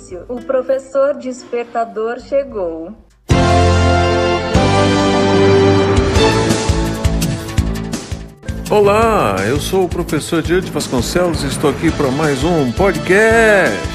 silêncio. O professor despertador chegou. Olá, eu sou o professor Diante Vasconcelos e estou aqui para mais um podcast.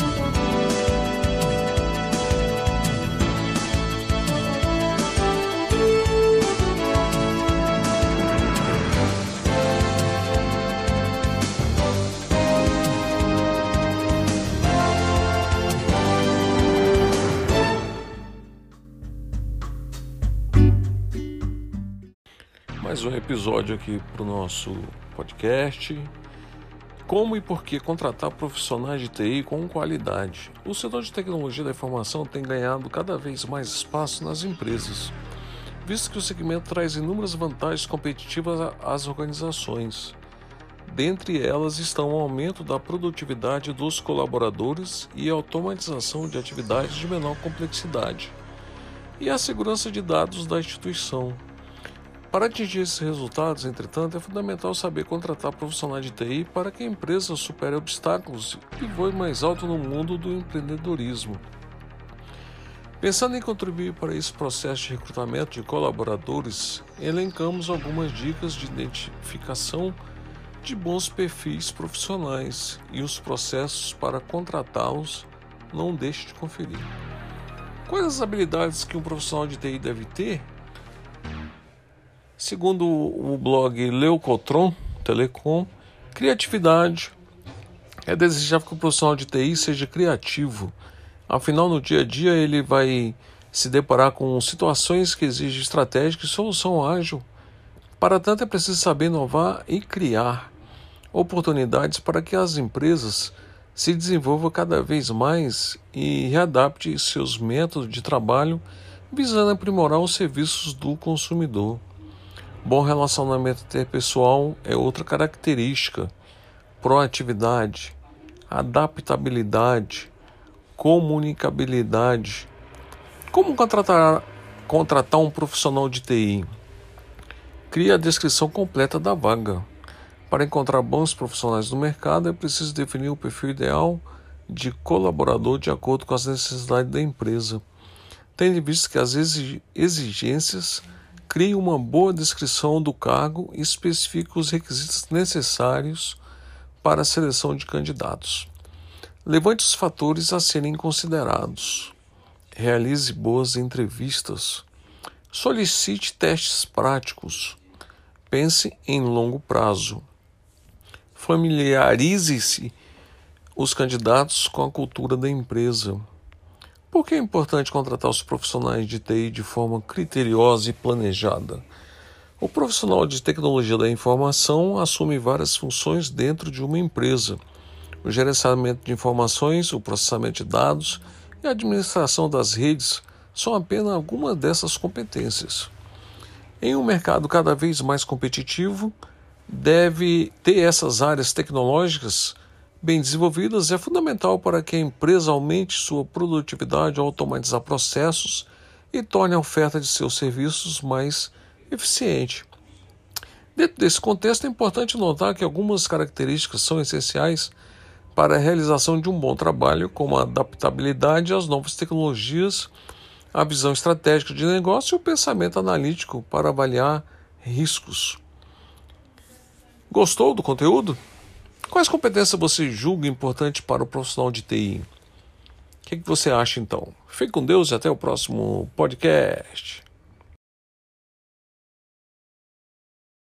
Mais um episódio aqui para o nosso podcast. Como e por que contratar profissionais de TI com qualidade? O setor de tecnologia da informação tem ganhado cada vez mais espaço nas empresas, visto que o segmento traz inúmeras vantagens competitivas às organizações. Dentre elas estão o aumento da produtividade dos colaboradores e a automatização de atividades de menor complexidade, e a segurança de dados da instituição. Para atingir esses resultados, entretanto, é fundamental saber contratar profissionais de TI para que a empresa supere obstáculos e voe mais alto no mundo do empreendedorismo. Pensando em contribuir para esse processo de recrutamento de colaboradores, elencamos algumas dicas de identificação de bons perfis profissionais e os processos para contratá-los. Não deixe de conferir. Quais as habilidades que um profissional de TI deve ter? Segundo o blog Leucotron Telecom, criatividade. É desejável que o profissional de TI seja criativo. Afinal, no dia a dia, ele vai se deparar com situações que exigem estratégia e solução ágil. Para tanto, é preciso saber inovar e criar oportunidades para que as empresas se desenvolvam cada vez mais e readaptem seus métodos de trabalho, visando aprimorar os serviços do consumidor. Bom relacionamento interpessoal é outra característica. Proatividade, adaptabilidade, comunicabilidade. Como contratar um profissional de TI? Crie a descrição completa da vaga. Para encontrar bons profissionais no mercado, é preciso definir o perfil ideal de colaborador de acordo com as necessidades da empresa. Tendo em vista que as exigências, crie uma boa descrição do cargo e especifique os requisitos necessários para a seleção de candidatos. Levante os fatores a serem considerados. Realize boas entrevistas. Solicite testes práticos. Pense em longo prazo. Familiarize-se os candidatos com a cultura da empresa. Por que é importante contratar os profissionais de TI de forma criteriosa e planejada? O profissional de tecnologia da informação assume várias funções dentro de uma empresa. O gerenciamento de informações, o processamento de dados e a administração das redes são apenas algumas dessas competências. Em um mercado cada vez mais competitivo, deve ter essas áreas tecnológicas bem desenvolvidas. É fundamental para que a empresa aumente sua produtividade ao automatizar processos e torne a oferta de seus serviços mais eficiente. Dentro desse contexto, é importante notar que algumas características são essenciais para a realização de um bom trabalho, como a adaptabilidade às novas tecnologias, a visão estratégica de negócio e o pensamento analítico para avaliar riscos. Gostou do conteúdo? Quais competências você julga importante para o profissional de TI? O que você acha então? Fique com Deus e até o próximo podcast.